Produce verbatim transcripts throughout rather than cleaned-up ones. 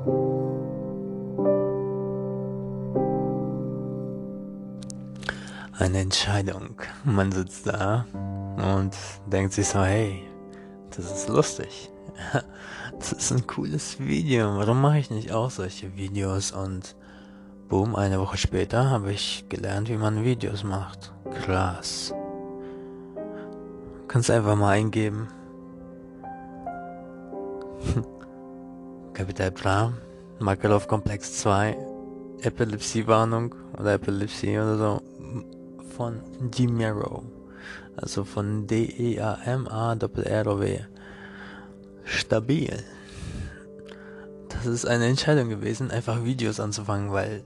Eine Entscheidung. Man sitzt da und denkt sich so, hey, das ist lustig. Das ist ein cooles Video. Warum mache ich nicht auch solche Videos? Und boom, eine Woche später habe ich gelernt, wie man Videos macht. Krass. Kannst einfach mal eingeben. Kapitel Bra, Makarov-Komplex zwei, Epilepsie-Warnung oder Epilepsie oder so von Demarrow. Also von D E A M A R O W. Stabil. Das ist eine Entscheidung gewesen, einfach Videos anzufangen, weil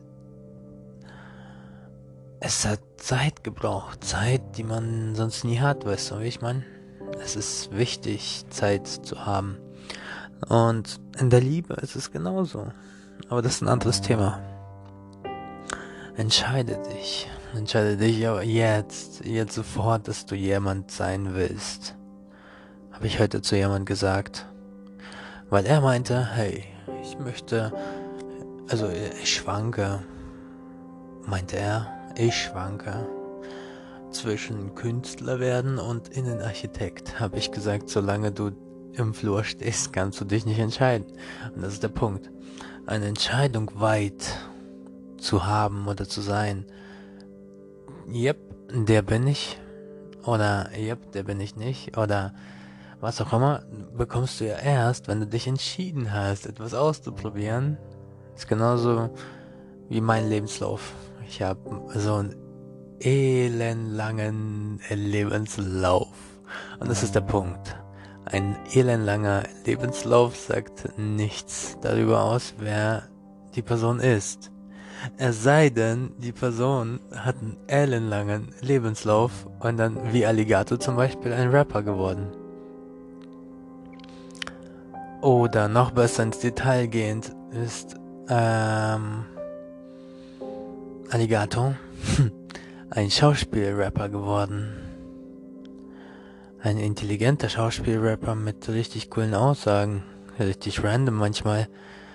es hat Zeit gebraucht. Zeit, die man sonst nie hat, weißt du, wie ich meine? Es ist wichtig, Zeit zu haben. Und in der Liebe ist es genauso. Aber das ist ein anderes Thema. Entscheide dich. Entscheide dich aber jetzt, jetzt sofort, dass du jemand sein willst. Habe ich heute zu jemand gesagt. Weil er meinte, hey, ich möchte, also ich schwanke, meinte er, ich schwanke zwischen Künstler werden und Innenarchitekt. Habe ich gesagt, solange du im Flur stehst, kannst du dich nicht entscheiden. Und das ist der Punkt. Eine Entscheidung weit zu haben oder zu sein. Yep, der bin ich. Oder yep, der bin ich nicht. Oder was auch immer, bekommst du ja erst, wenn du dich entschieden hast, etwas auszuprobieren. Das ist genauso wie mein Lebenslauf. Ich habe so einen elendlangen Lebenslauf. Und das ist der Punkt. Ein elendlanger Lebenslauf sagt nichts darüber aus, wer die Person ist. Es sei denn, die Person hat einen ellenlangen Lebenslauf und dann wie Alligator zum Beispiel ein Rapper geworden. Oder noch besser ins Detail gehend ist ähm, Alligator ein Schauspielrapper geworden. Ein intelligenter Schauspielrapper mit richtig coolen Aussagen. Richtig random manchmal.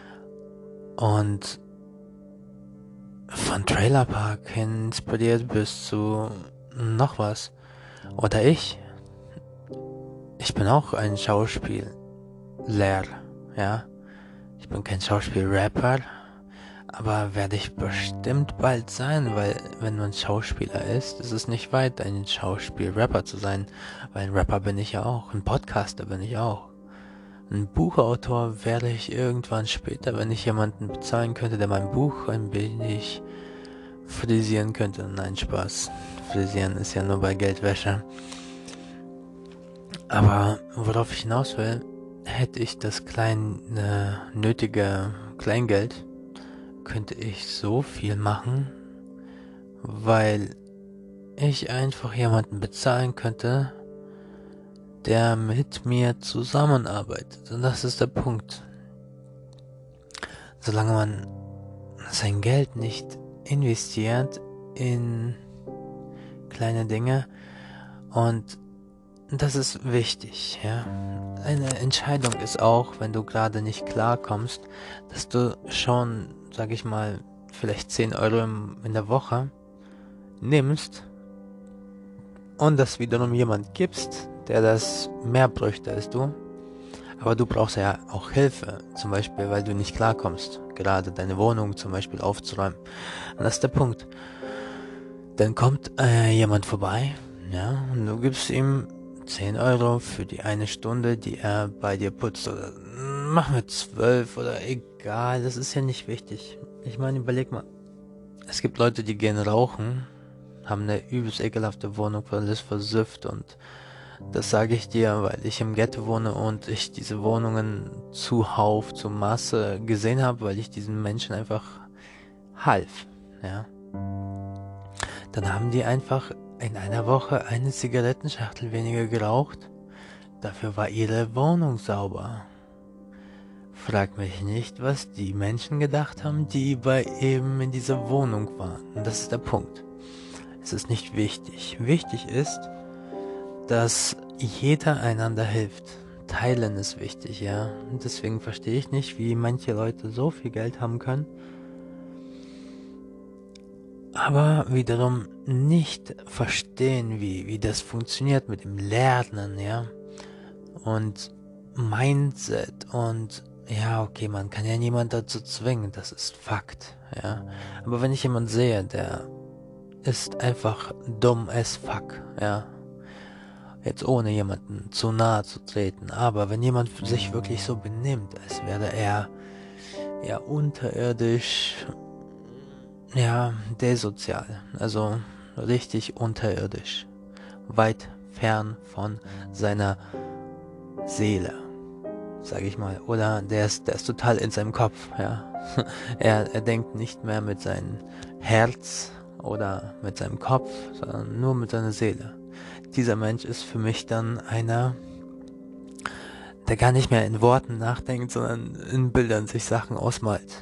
Und von Trailer Park hin inspiriert bis zu noch was. Oder ich. Ich bin auch ein Schauspiellehrer, ja. Ich bin kein Schauspielrapper, aber werde ich bestimmt bald sein, weil wenn man Schauspieler ist, ist es nicht weit, ein Schauspielrapper zu sein, weil ein Rapper bin ich ja auch, ein Podcaster bin ich auch. Ein Buchautor werde ich irgendwann später, wenn ich jemanden bezahlen könnte, der mein Buch ein wenig frisieren könnte. Nein, Spaß. Frisieren ist ja nur bei Geldwäsche. Aber worauf ich hinaus will, hätte ich das kleine, nötige Kleingeld, könnte ich so viel machen, weil ich einfach jemanden bezahlen könnte, der mit mir zusammenarbeitet. Und das ist der Punkt. Solange man sein Geld nicht investiert in kleine Dinge, und das ist wichtig, ja. Eine Entscheidung ist auch, wenn du gerade nicht klarkommst, dass du schon, sag ich mal, vielleicht zehn Euro im, in der Woche nimmst und das wiederum jemand gibst, der das mehr bräuchte als du. Aber du brauchst ja auch Hilfe, zum Beispiel, weil du nicht klarkommst, gerade deine Wohnung zum Beispiel aufzuräumen. Und das ist der Punkt. Dann kommt äh, jemand vorbei, ja, und du gibst ihm zehn Euro für die eine Stunde, die er bei dir putzt. Oder machen wir zwölf oder egal, das ist ja nicht wichtig. Ich meine, überleg mal, es gibt Leute, die gehen rauchen, haben eine übelst ekelhafte Wohnung, alles versifft, und das sage ich dir, weil ich im Ghetto wohne und ich diese Wohnungen zuhauf, zur Masse gesehen habe, weil ich diesen Menschen einfach half, ja. Dann haben die einfach in einer Woche eine Zigarettenschachtel weniger geraucht. Dafür war ihre Wohnung sauber. Frag mich nicht, was die Menschen gedacht haben, die bei eben in dieser Wohnung waren. Und das ist der Punkt. Es ist nicht wichtig. Wichtig ist, dass jeder einander hilft. Teilen ist wichtig, ja. Und deswegen verstehe ich nicht, wie manche Leute so viel Geld haben können, aber wiederum nicht verstehen, wie, wie das funktioniert mit dem Lernen, ja. Und Mindset und ja, okay, man kann ja niemand dazu zwingen, das ist Fakt, ja. Aber wenn ich jemanden sehe, der ist einfach dumm as fuck, ja. Jetzt ohne jemanden zu nahe zu treten, aber wenn jemand sich wirklich so benimmt, als wäre er ja unterirdisch, ja, desozial, also richtig unterirdisch, weit fern von seiner Seele, sag ich mal, oder der ist, der ist total in seinem Kopf, ja. er, er denkt nicht mehr mit seinem Herz oder mit seinem Kopf, sondern nur mit seiner Seele. Dieser Mensch ist für mich dann einer, der gar nicht mehr in Worten nachdenkt, sondern in Bildern sich Sachen ausmalt.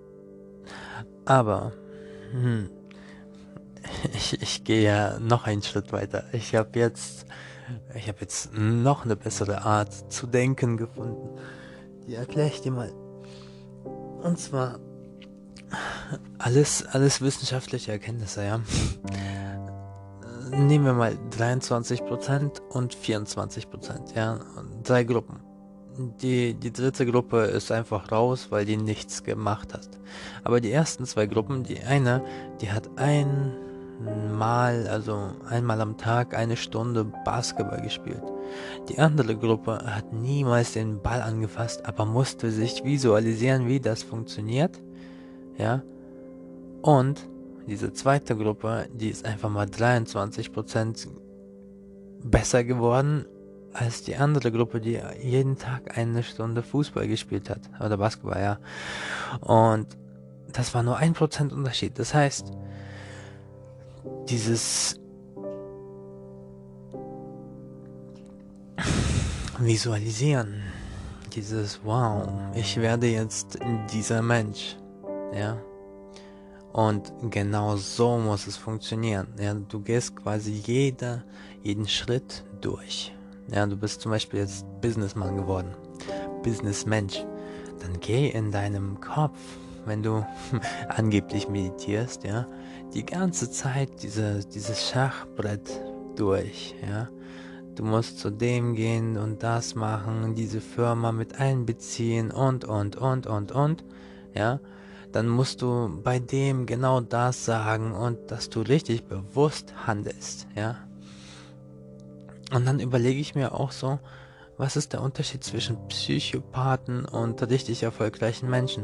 Aber hm, ich, ich gehe ja noch einen Schritt weiter. Ich habe jetzt, ich habe jetzt noch eine bessere Art zu denken gefunden. Die erkläre ich dir mal. Und zwar alles, alles wissenschaftliche Erkenntnisse, ja. Nehmen wir mal dreiundzwanzig Prozent und vierundzwanzig Prozent, ja. Drei Gruppen. Die, die dritte Gruppe ist einfach raus, weil die nichts gemacht hat. Aber die ersten zwei Gruppen, die eine, die hat einmal, also einmal am Tag eine Stunde Basketball gespielt. Die andere Gruppe hat niemals den Ball angefasst, aber musste sich visualisieren, wie das funktioniert, ja. Und diese zweite Gruppe, die ist einfach mal dreiundzwanzig Prozent besser geworden als die andere Gruppe, die jeden Tag eine Stunde Fußball gespielt hat. Oder Basketball, ja. Und das war nur ein Prozent Unterschied. Das heißt, dieses Visualisieren, dieses Wow, ich werde jetzt dieser Mensch, ja. Und genau so muss es funktionieren. Ja, du gehst quasi jeder, jeden Schritt durch. Ja, du bist zum Beispiel jetzt Businessman geworden, Businessmensch. Dann geh in deinem Kopf, wenn du angeblich meditierst, ja, die ganze Zeit diese, dieses Schachbrett durch, ja. Du musst zu dem gehen und das machen, diese Firma mit einbeziehen und, und, und, und, und, ja. Dann musst du bei dem genau das sagen und dass du richtig bewusst handelst, ja. Und dann überlege ich mir auch so, was ist der Unterschied zwischen Psychopathen und richtig erfolgreichen Menschen?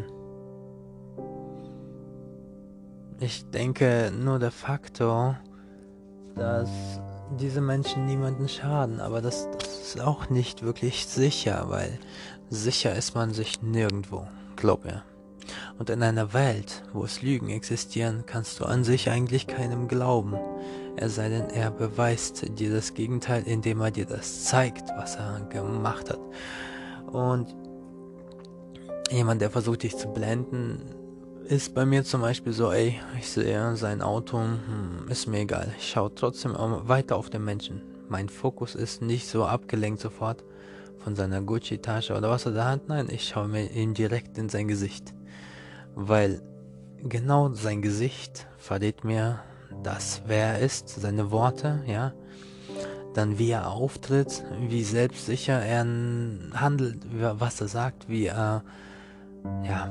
Ich denke nur der Faktor, dass diese Menschen niemanden schaden, aber das, das ist auch nicht wirklich sicher, weil sicher ist man sich nirgendwo, glaub mir. Und in einer Welt, wo es Lügen existieren, kannst du an sich eigentlich keinem glauben. Es sei denn, er beweist dir das Gegenteil, indem er dir das zeigt, was er gemacht hat. Und jemand, der versucht dich zu blenden, ist bei mir zum Beispiel so, ey, ich sehe sein Auto, hm, ist mir egal. Ich schaue trotzdem weiter auf den Menschen. Mein Fokus ist nicht so abgelenkt sofort von seiner Gucci-Tasche oder was er da hat. Nein, ich schaue mir ihm direkt in sein Gesicht. Weil genau sein Gesicht verrät mir das, wer er ist, seine Worte, ja. Dann wie er auftritt, wie selbstsicher er handelt, was er sagt, wie er, ja,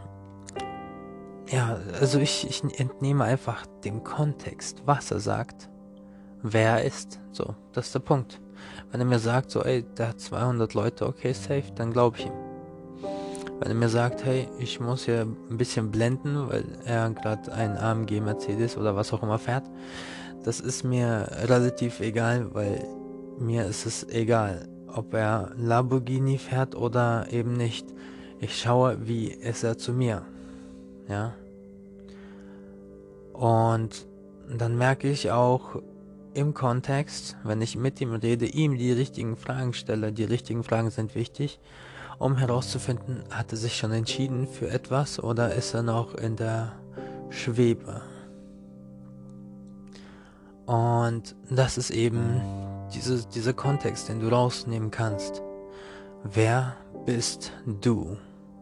ja, also ich, ich entnehme einfach dem Kontext, was er sagt, wer er ist, so, das ist der Punkt. Wenn er mir sagt, so, ey, der hat zweihundert Leute, okay, safe, dann glaube ich ihm. Wenn er mir sagt, hey, ich muss hier ein bisschen blenden, weil er gerade einen A M G Mercedes oder was auch immer fährt, das ist mir relativ egal, weil mir ist es egal, ob er Lamborghini fährt oder eben nicht. Ich schaue, wie ist er zu mir, ja. Und dann merke ich auch im Kontext, wenn ich mit ihm rede, ihm die richtigen Fragen stelle, die richtigen Fragen sind wichtig, um herauszufinden, hat er sich schon entschieden für etwas oder ist er noch in der Schwebe. Und das ist eben diese, dieser Kontext, den du rausnehmen kannst. wer bist du?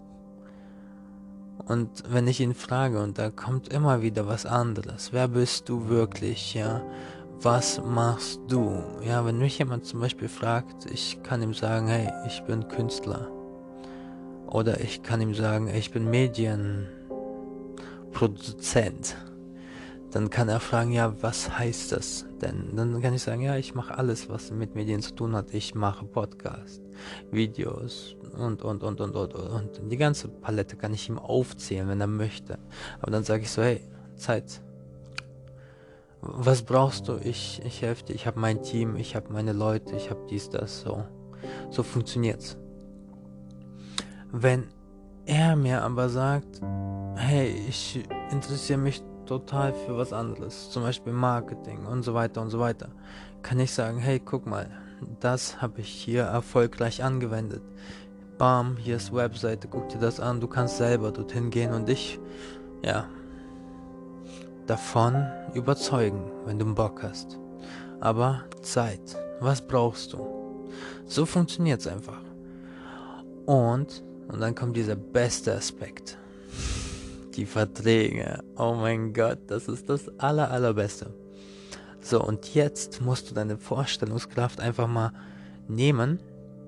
Und wenn ich ihn frage, und da kommt immer wieder was anderes, wer bist du wirklich, ja? Was machst du? Ja, wenn mich jemand zum Beispiel fragt, ich kann ihm sagen, hey, ich bin Künstler. Oder ich kann ihm sagen, ich bin Medienproduzent. Dann kann er fragen, ja, was heißt das denn? Dann kann ich sagen, ja, ich mache alles, was mit Medien zu tun hat. Ich mache Podcasts, Videos und, und, und, und, und, und. Die ganze Palette kann ich ihm aufzählen, wenn er möchte. Aber dann sage ich so, hey, Zeit. Was brauchst du? Ich, ich helfe dir. Ich habe mein Team, ich habe meine Leute, ich habe dies, das, so. So funktioniert's. Wenn er mir aber sagt, hey, ich interessiere mich total für was anderes, zum Beispiel Marketing und so weiter und so weiter, kann ich sagen, hey, guck mal, das habe ich hier erfolgreich angewendet. Bam, hier ist Webseite, guck dir das an, du kannst selber dorthin gehen und dich, ja, davon überzeugen, wenn du Bock hast. Aber Zeit, was brauchst du? So funktioniert's einfach. Und, und dann kommt dieser beste Aspekt. Die Verträge. Oh mein Gott, das ist das aller, allerbeste. So, und jetzt musst du deine Vorstellungskraft einfach mal nehmen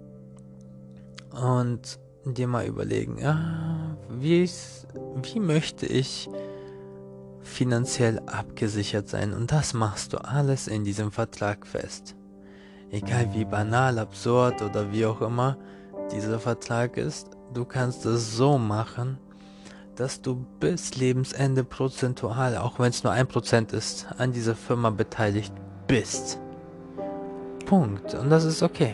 und dir mal überlegen, ja, wie, wie möchte ich finanziell abgesichert sein? Und das machst du alles in diesem Vertrag fest. Egal wie banal, absurd oder wie auch immer dieser Vertrag ist, du kannst es so machen, dass du bis Lebensende prozentual, auch wenn es nur ein Prozent ist, an dieser Firma beteiligt bist. Punkt. Und das ist okay.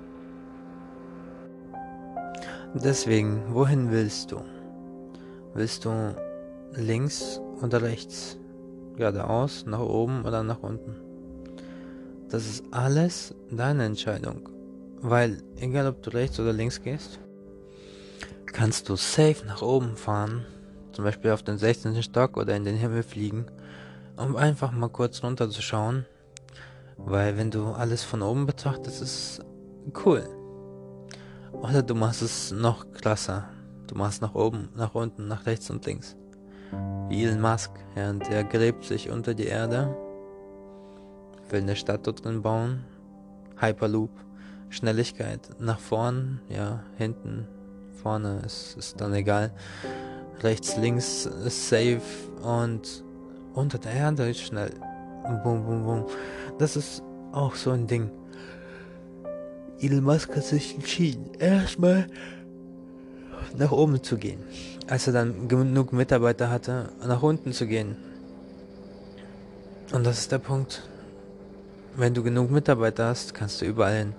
Deswegen, wohin willst du? Willst du links oder rechts? Geradeaus, nach oben oder nach unten? Das ist alles deine Entscheidung. Weil, egal ob du rechts oder links gehst, kannst du safe nach oben fahren, zum Beispiel auf den sechzehnten Stock oder in den Himmel fliegen, um einfach mal kurz runterzuschauen, weil wenn du alles von oben betrachtest, ist es cool. Oder du machst es noch krasser, du machst nach oben, nach unten, nach rechts und links. Wie Elon Musk, ja, der gräbt sich unter die Erde, will eine Stadt dort drin bauen, Hyperloop, Schnelligkeit, nach vorn, ja, hinten, vorne ist, ist dann egal. Rechts, links ist safe und unter der Erde ist schnell. Boom, boom, boom. Das ist auch so ein Ding. Elon Musk hat sich entschieden, erstmal nach oben zu gehen. Als er dann genug Mitarbeiter hatte, nach unten zu gehen. Und das ist der Punkt. Wenn du genug Mitarbeiter hast, kannst du überall hin.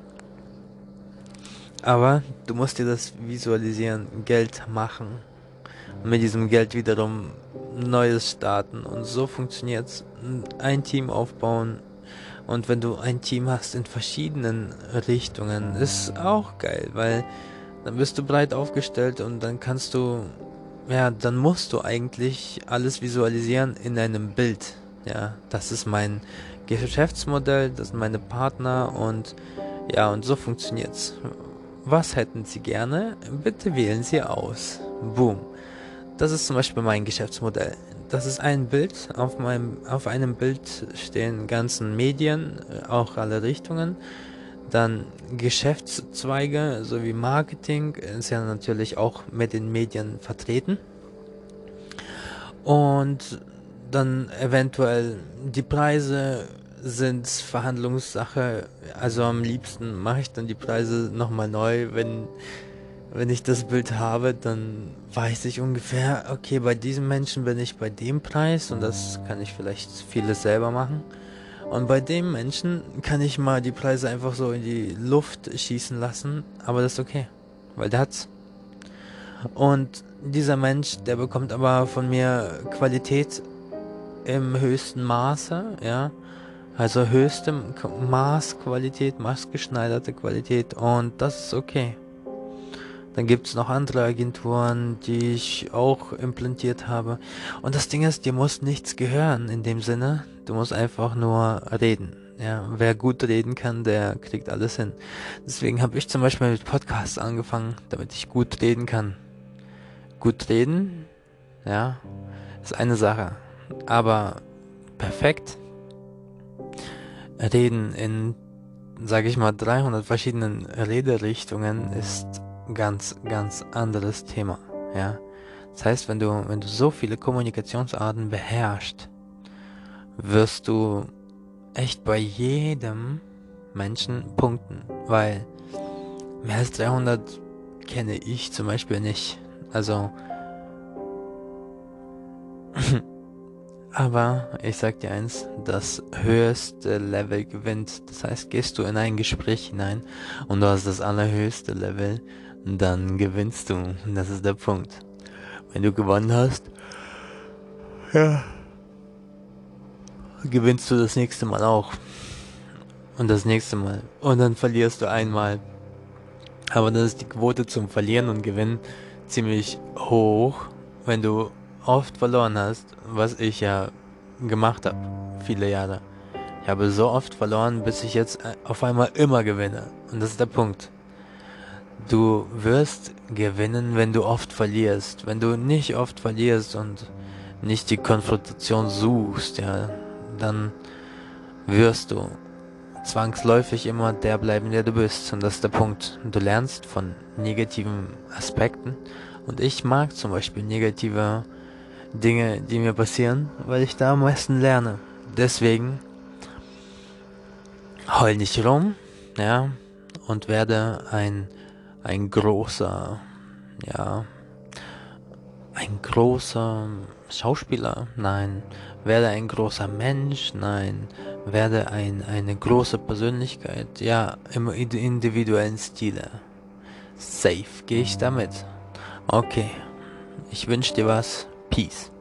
Aber du musst dir das visualisieren, Geld machen. Und mit diesem Geld wiederum Neues starten. Und so funktioniert's. Ein Team aufbauen. Und wenn du ein Team hast in verschiedenen Richtungen, ist auch geil, weil dann bist du breit aufgestellt und dann kannst du, ja, dann musst du eigentlich alles visualisieren in einem Bild. Ja, das ist mein Geschäftsmodell, das sind meine Partner und ja, und so funktioniert's. Was hätten Sie gerne? Bitte wählen Sie aus. Boom. Das ist zum Beispiel mein Geschäftsmodell. Das ist ein Bild. Auf meinem, auf einem Bild stehen ganzen Medien, auch alle Richtungen. Dann Geschäftszweige sowie Marketing ist ja natürlich auch mit den Medien vertreten. Und dann eventuell die Preise sind Verhandlungssache. Also am liebsten mache ich dann die Preise nochmal neu, wenn wenn ich das Bild habe, dann weiß ich ungefähr, okay, bei diesem Menschen bin ich bei dem Preis und das kann ich vielleicht vieles selber machen. Und bei dem Menschen kann ich mal die Preise einfach so in die Luft schießen lassen, aber das ist okay, weil der hat's. Und dieser Mensch, der bekommt aber von mir Qualität im höchsten Maße, ja. Also höchste Maßqualität, maßgeschneiderte Qualität und das ist okay. Dann gibt es noch andere Agenturen, die ich auch implantiert habe. Und das Ding ist, dir muss nichts gehören in dem Sinne. Du musst einfach nur reden. Ja, wer gut reden kann, der kriegt alles hin. Deswegen habe ich zum Beispiel mit Podcasts angefangen, damit ich gut reden kann. Gut reden, ja, ist eine Sache. Aber perfekt reden in, sage ich mal, dreihundert verschiedenen Rederichtungen ist ganz, ganz anderes Thema, ja. Das heißt, wenn du, wenn du so viele Kommunikationsarten beherrschst, wirst du echt bei jedem Menschen punkten, weil mehr als dreihundert kenne ich zum Beispiel nicht. Also, aber ich sag dir eins, das höchste Level gewinnt. Das heißt, gehst du in ein Gespräch hinein und du hast das allerhöchste Level, dann gewinnst du. Das ist der Punkt. Wenn du gewonnen hast, ja, gewinnst du das nächste Mal auch. Und das nächste Mal. Und dann verlierst du einmal. Aber dann ist die Quote zum Verlieren und Gewinnen ziemlich hoch, wenn du oft verloren hast, was ich ja gemacht habe, viele Jahre. Ich habe so oft verloren, bis ich jetzt auf einmal immer gewinne. Und das ist der Punkt. Du wirst gewinnen, wenn du oft verlierst. Wenn du nicht oft verlierst und nicht die Konfrontation suchst, ja, dann wirst du zwangsläufig immer der bleiben, der du bist. Und das ist der Punkt. Du lernst von negativen Aspekten. Und ich mag zum Beispiel negative Dinge, die mir passieren, weil ich da am meisten lerne. Deswegen heul nicht rum, ja, und werde ein, ein großer, ja, ein großer Schauspieler, nein, werde ein großer Mensch, nein, werde ein, eine große Persönlichkeit, ja, im individuellen Stile. Safe gehe ich damit. Okay, ich wünsche dir was. Peace.